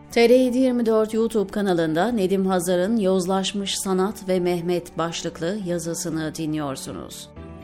TR724 YouTube kanalında Nedim Hazar'ın Yozlaşmış Sanat ve Mehmet başlıklı yazısını dinliyorsunuz.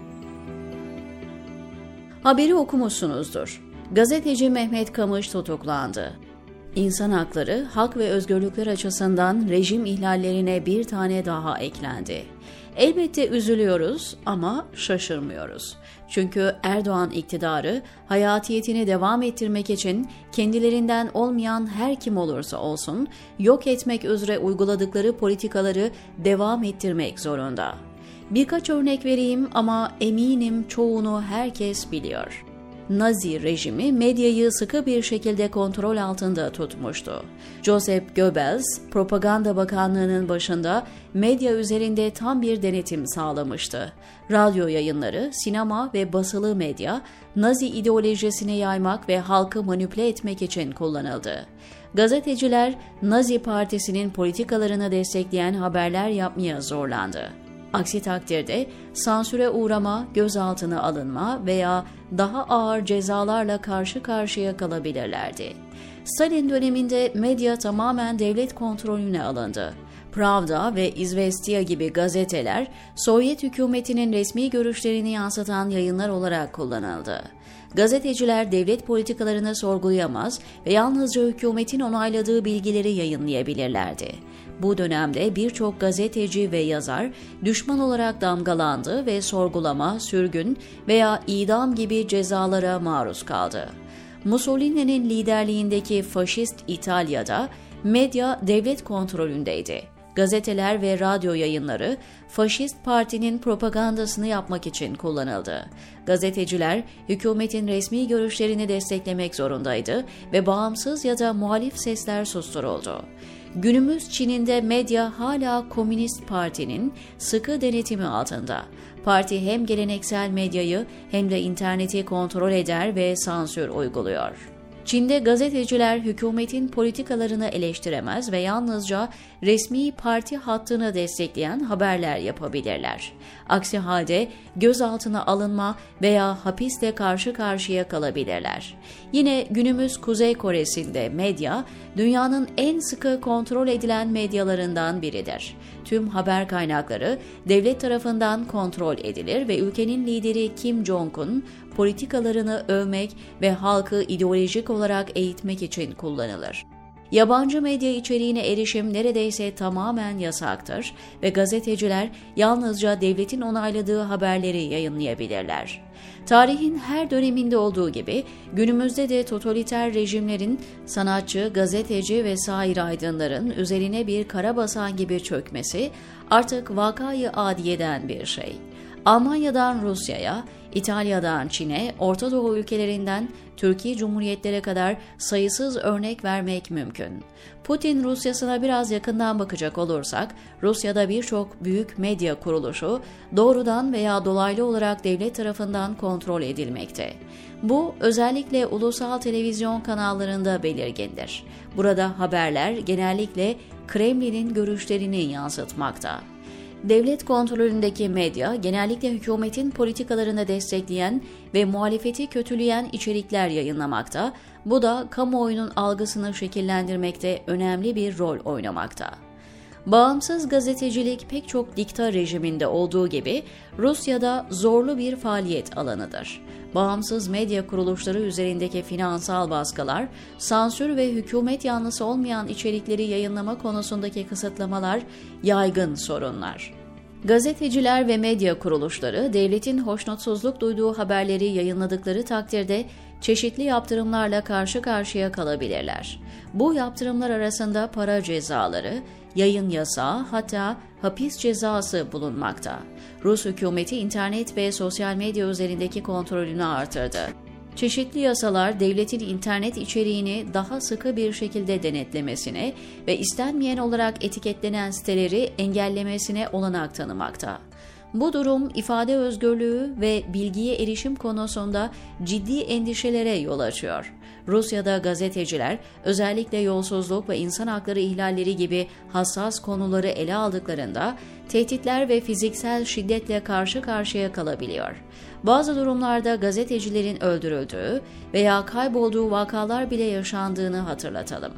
Haberi okumuşsunuzdur. Gazeteci Mehmet Kamış tutuklandı. İnsan hakları, hak ve özgürlükler açısından rejim ihlallerine bir tane daha eklendi. Elbette üzülüyoruz ama şaşırmıyoruz. Çünkü Erdoğan iktidarı hayatiyetini devam ettirmek için kendilerinden olmayan her kim olursa olsun yok etmek üzere uyguladıkları politikaları devam ettirmek zorunda. Birkaç örnek vereyim ama eminim çoğunu herkes biliyor. Nazi rejimi medyayı sıkı bir şekilde kontrol altında tutmuştu. Joseph Goebbels, Propaganda Bakanlığı'nın başında medya üzerinde tam bir denetim sağlamıştı. Radyo yayınları, sinema ve basılı medya, Nazi ideolojisini yaymak ve halkı manipüle etmek için kullanıldı. Gazeteciler, Nazi Partisi'nin politikalarını destekleyen haberler yapmaya zorlandı. Aksi takdirde sansüre uğrama, gözaltına alınma veya daha ağır cezalarla karşı karşıya kalabilirlerdi. Stalin döneminde medya tamamen devlet kontrolüne alındı. Pravda ve Izvestia gibi gazeteler, Sovyet hükümetinin resmi görüşlerini yansıtan yayınlar olarak kullanıldı. Gazeteciler devlet politikalarını sorgulayamaz ve yalnızca hükümetin onayladığı bilgileri yayınlayabilirlerdi. Bu dönemde birçok gazeteci ve yazar düşman olarak damgalandı ve sorgulama, sürgün veya idam gibi cezalara maruz kaldı. Mussolini'nin liderliğindeki faşist İtalya'da medya devlet kontrolündeydi. Gazeteler ve radyo yayınları faşist partinin propagandasını yapmak için kullanıldı. Gazeteciler hükümetin resmi görüşlerini desteklemek zorundaydı ve bağımsız ya da muhalif sesler susturuldu. Günümüz Çin'inde medya hala Komünist Parti'nin sıkı denetimi altında. Parti hem geleneksel medyayı hem de interneti kontrol eder ve sansür uyguluyor. Çin'de gazeteciler hükümetin politikalarını eleştiremez ve yalnızca resmi parti hattını destekleyen haberler yapabilirler. Aksi halde gözaltına alınma veya hapisle karşı karşıya kalabilirler. Yine günümüz Kuzey Kore'sinde medya, dünyanın en sıkı kontrol edilen medyalarından biridir. Tüm haber kaynakları devlet tarafından kontrol edilir ve ülkenin lideri Kim Jong-un politikalarını övmek ve halkı ideolojik olarak eğitmek için kullanılır. Yabancı medya içeriğine erişim neredeyse tamamen yasaktır ve gazeteciler yalnızca devletin onayladığı haberleri yayınlayabilirler. Tarihin her döneminde olduğu gibi günümüzde de totaliter rejimlerin sanatçı, gazeteci ve sair aydınların üzerine bir karabasan gibi çökmesi artık vakayı adiyeden bir şey. Almanya'dan Rusya'ya, İtalya'dan Çin'e, Orta Doğu ülkelerinden Türkiye Cumhuriyetlere kadar sayısız örnek vermek mümkün. Putin Rusyasına biraz yakından bakacak olursak, Rusya'da birçok büyük medya kuruluşu doğrudan veya dolaylı olarak devlet tarafından kontrol edilmekte. Bu özellikle ulusal televizyon kanallarında belirgindir. Burada haberler genellikle Kremlin'in görüşlerini yansıtmakta. Devlet kontrolündeki medya genellikle hükümetin politikalarını destekleyen ve muhalefeti kötüleyen içerikler yayınlamakta, bu da kamuoyunun algısını şekillendirmekte önemli bir rol oynamakta. Bağımsız gazetecilik pek çok dikta rejiminde olduğu gibi Rusya'da zorlu bir faaliyet alanıdır. Bağımsız medya kuruluşları üzerindeki finansal baskılar, sansür ve hükümet yanlısı olmayan içerikleri yayınlama konusundaki kısıtlamalar yaygın sorunlar. Gazeteciler ve medya kuruluşları devletin hoşnutsuzluk duyduğu haberleri yayınladıkları takdirde çeşitli yaptırımlarla karşı karşıya kalabilirler. Bu yaptırımlar arasında para cezaları, yayın yasağı, hatta hapis cezası bulunmakta. Rus hükümeti internet ve sosyal medya üzerindeki kontrolünü artırdı. Çeşitli yasalar devletin internet içeriğini daha sıkı bir şekilde denetlemesine ve istenmeyen olarak etiketlenen siteleri engellemesine olanak tanımakta. Bu durum ifade özgürlüğü ve bilgiye erişim konusunda ciddi endişelere yol açıyor. Rusya'da gazeteciler özellikle yolsuzluk ve insan hakları ihlalleri gibi hassas konuları ele aldıklarında tehditler ve fiziksel şiddetle karşı karşıya kalabiliyor. Bazı durumlarda gazetecilerin öldürüldüğü veya kaybolduğu vakalar bile yaşandığını hatırlatalım.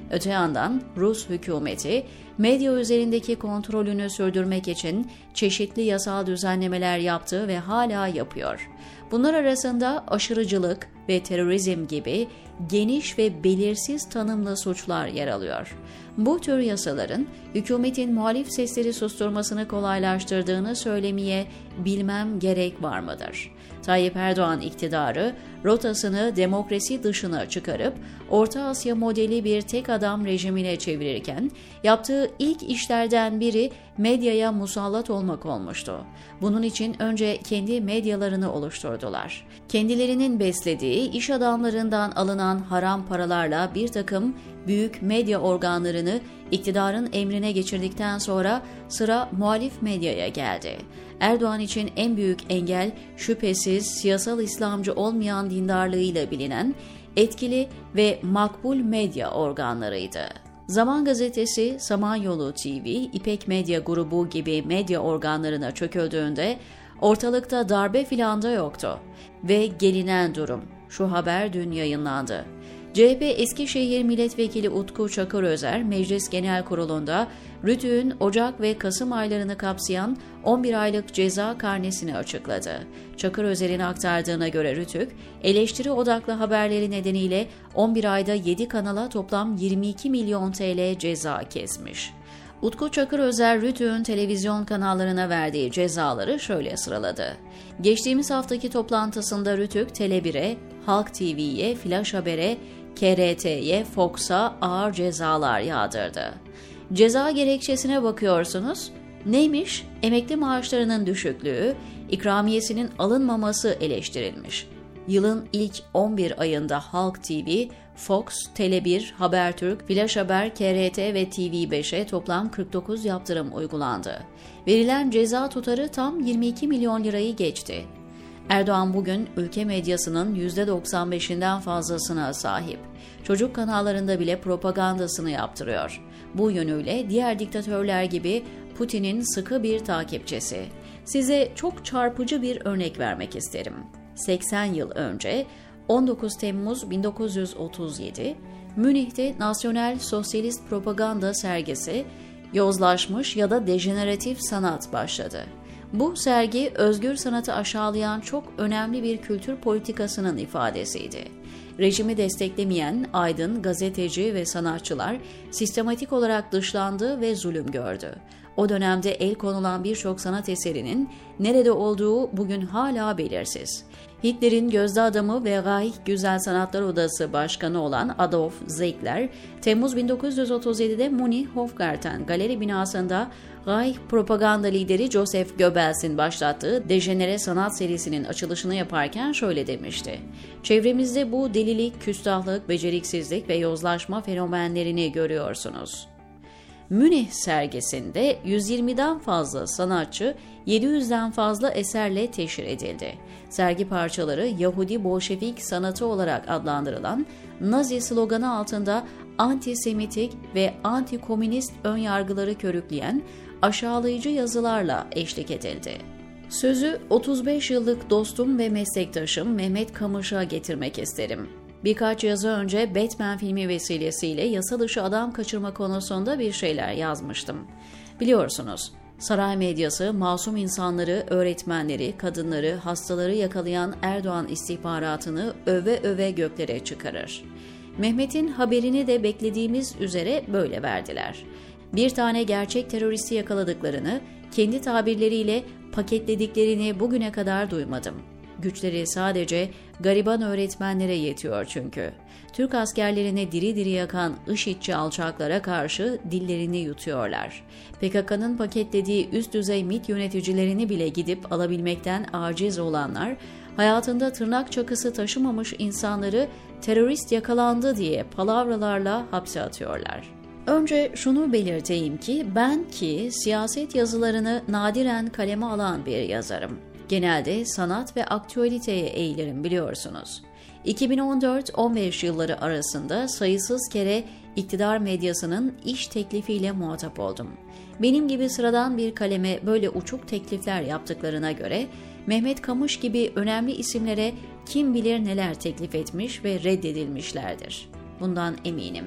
Öte yandan Rus hükümeti medya üzerindeki kontrolünü sürdürmek için çeşitli yasal düzenlemeler yaptı ve hala yapıyor. Bunlar arasında aşırıcılık ve terörizm gibi geniş ve belirsiz tanımlı suçlar yer alıyor. Bu tür yasaların hükümetin muhalif sesleri susturmasını kolaylaştırdığını söylemeye bilmem gerek var mıdır? Tayyip Erdoğan iktidarı rotasını demokrasi dışına çıkarıp Orta Asya modeli bir tek adam rejimine çevirirken yaptığı ilk işlerden biri medyaya musallat olmak olmuştu. Bunun için önce kendi medyalarını oluşturdular. Kendilerinin beslediği iş adamlarından alınan haram paralarla bir takım büyük medya organlarını iktidarın emrine geçirdikten sonra sıra muhalif medyaya geldi. Erdoğan için en büyük engel şüphesiz siyasal İslamcı olmayan dindarlığıyla bilinen etkili ve makbul medya organlarıydı. Zaman Gazetesi, Samanyolu TV, İpek Medya Grubu gibi medya organlarına çöküldüğünde ortalıkta darbe filan da yoktu. Ve gelinen durum, şu haber dün yayınlandı. CHP Eskişehir Milletvekili Utku Çakırözer, Meclis Genel Kurulu'nda Rütük'ün Ocak ve Kasım aylarını kapsayan 11 aylık ceza karnesini açıkladı. Çakırözer'in aktardığına göre Rütük, eleştiri odaklı haberleri nedeniyle 11 ayda 7 kanala toplam 22 milyon TL ceza kesmiş. Utku Çakırözer, Rütük'ün televizyon kanallarına verdiği cezaları şöyle sıraladı. Geçtiğimiz haftaki toplantısında Rütük, Tele1'e, Halk TV'ye, Flash Haber'e, KRT'ye, Fox'a ağır cezalar yağdırdı. Ceza gerekçesine bakıyorsunuz. Neymiş? Emekli maaşlarının düşüklüğü, ikramiyesinin alınmaması eleştirilmiş. Yılın ilk 11 ayında Halk TV, Fox, Tele1, Habertürk, Flash Haber, KRT ve TV5'e toplam 49 yaptırım uygulandı. Verilen ceza tutarı tam 22 milyon lirayı geçti. Erdoğan bugün ülke medyasının %95'inden fazlasına sahip. Çocuk kanallarında bile propagandasını yaptırıyor. Bu yönüyle diğer diktatörler gibi Putin'in sıkı bir takipçisi. Size çok çarpıcı bir örnek vermek isterim. 80 yıl önce 19 Temmuz 1937 Münih'te Nasyonel Sosyalist Propaganda sergisi Yozlaşmış ya da Dejeneratif Sanat başladı. Bu sergi özgür sanatı aşağılayan çok önemli bir kültür politikasının ifadesiydi. Rejimi desteklemeyen aydın, gazeteci ve sanatçılar sistematik olarak dışlandı ve zulüm gördü. O dönemde el konulan birçok sanat eserinin nerede olduğu bugün hala belirsiz. Hitler'in gözde adamı ve Reich Güzel Sanatlar Odası Başkanı olan Adolf Zeigler, Temmuz 1937'de Münih Hofgarten Galeri binasında Reich propaganda lideri Joseph Goebbels'in başlattığı Dejenere Sanat serisinin açılışını yaparken şöyle demişti. Çevremizde bu delilik, küstahlık, beceriksizlik ve yozlaşma fenomenlerini görüyorsunuz. Münih sergisinde 120'den fazla sanatçı 700'den fazla eserle teşhir edildi. Sergi parçaları Yahudi Bolşevik sanatı olarak adlandırılan Nazi sloganı altında antisemitik ve antikomünist önyargıları körükleyen aşağılayıcı yazılarla eşlik edildi. Sözü 35 yıllık dostum ve meslektaşım Mehmet Kamış'a getirmek isterim. Birkaç yazı önce Batman filmi vesilesiyle yasa dışı adam kaçırma konusunda bir şeyler yazmıştım. Biliyorsunuz, saray medyası masum insanları, öğretmenleri, kadınları, hastaları yakalayan Erdoğan istihbaratını öve öve göklere çıkarır. Mehmet'in haberini de beklediğimiz üzere böyle verdiler. Bir tane gerçek teröristi yakaladıklarını, kendi tabirleriyle paketlediklerini bugüne kadar duymadım. Güçleri sadece gariban öğretmenlere yetiyor çünkü. Türk askerlerini diri diri yakan IŞİD'ci alçaklara karşı dillerini yutuyorlar. PKK'nın paketlediği üst düzey MİT yöneticilerini bile gidip alabilmekten aciz olanlar, hayatında tırnak çakısı taşımamış insanları terörist yakalandı diye palavralarla hapse atıyorlar. Önce şunu belirteyim ki ben siyaset yazılarını nadiren kaleme alan bir yazarım. Genelde sanat ve aktüeliteye eğilirim biliyorsunuz. 2014-15 yılları arasında sayısız kere iktidar medyasının iş teklifiyle muhatap oldum. Benim gibi sıradan bir kaleme böyle uçuk teklifler yaptıklarına göre Mehmet Kamış gibi önemli isimlere kim bilir neler teklif etmiş ve reddedilmişlerdir. Bundan eminim.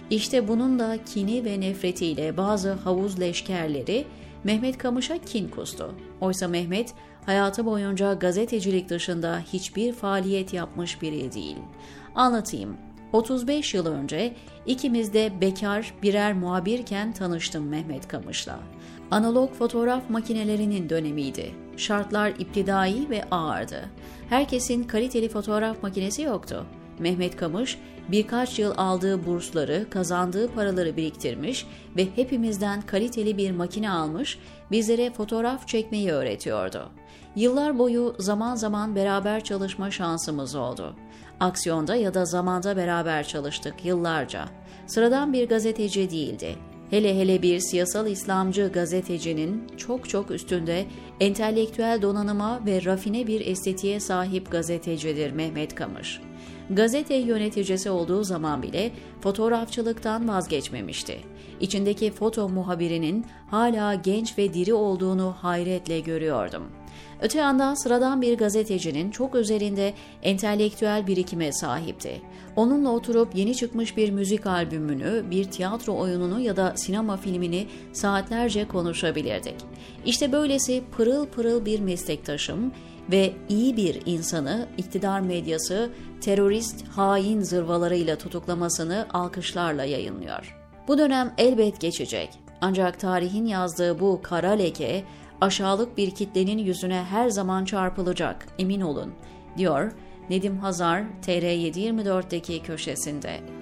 İşte bunun da kini ve nefretiyle bazı havuz leşkerleri Mehmet Kamış'a kin kustu. Oysa Mehmet hayatı boyunca gazetecilik dışında hiçbir faaliyet yapmış biri değil. Anlatayım. 35 yıl önce ikimiz de bekar birer muhabirken tanıştım Mehmet Kamış'la. Analog fotoğraf makinelerinin dönemiydi. Şartlar iptidai ve ağırdı. Herkesin kaliteli fotoğraf makinesi yoktu. Mehmet Kamış birkaç yıl aldığı bursları, kazandığı paraları biriktirmiş ve hepimizden kaliteli bir makine almış, bizlere fotoğraf çekmeyi öğretiyordu. Yıllar boyu zaman zaman beraber çalışma şansımız oldu. Aksiyonda ya da zamanda beraber çalıştık yıllarca. Sıradan bir gazeteci değildi. Hele bir siyasal İslamcı gazetecinin çok üstünde entelektüel donanıma ve rafine bir estetiğe sahip gazetecidir Mehmet Kamış. Gazete yöneticisi olduğu zaman bile fotoğrafçılıktan vazgeçmemişti. İçindeki foto muhabirinin hala genç ve diri olduğunu hayretle görüyordum. Öte yandan sıradan bir gazetecinin çok üzerinde entelektüel birikime sahipti. Onunla oturup yeni çıkmış bir müzik albümünü, bir tiyatro oyununu ya da sinema filmini saatlerce konuşabilirdik. İşte böylesi pırıl pırıl bir meslektaşım ve iyi bir insanı iktidar medyası terörist, hain zırvalarıyla tutuklamasını alkışlarla yayınlıyor. Bu dönem elbet geçecek. Ancak tarihin yazdığı bu kara leke aşağılık bir kitlenin yüzüne her zaman çarpılacak, emin olun, diyor Nedim Hazar TR724'deki köşesinde.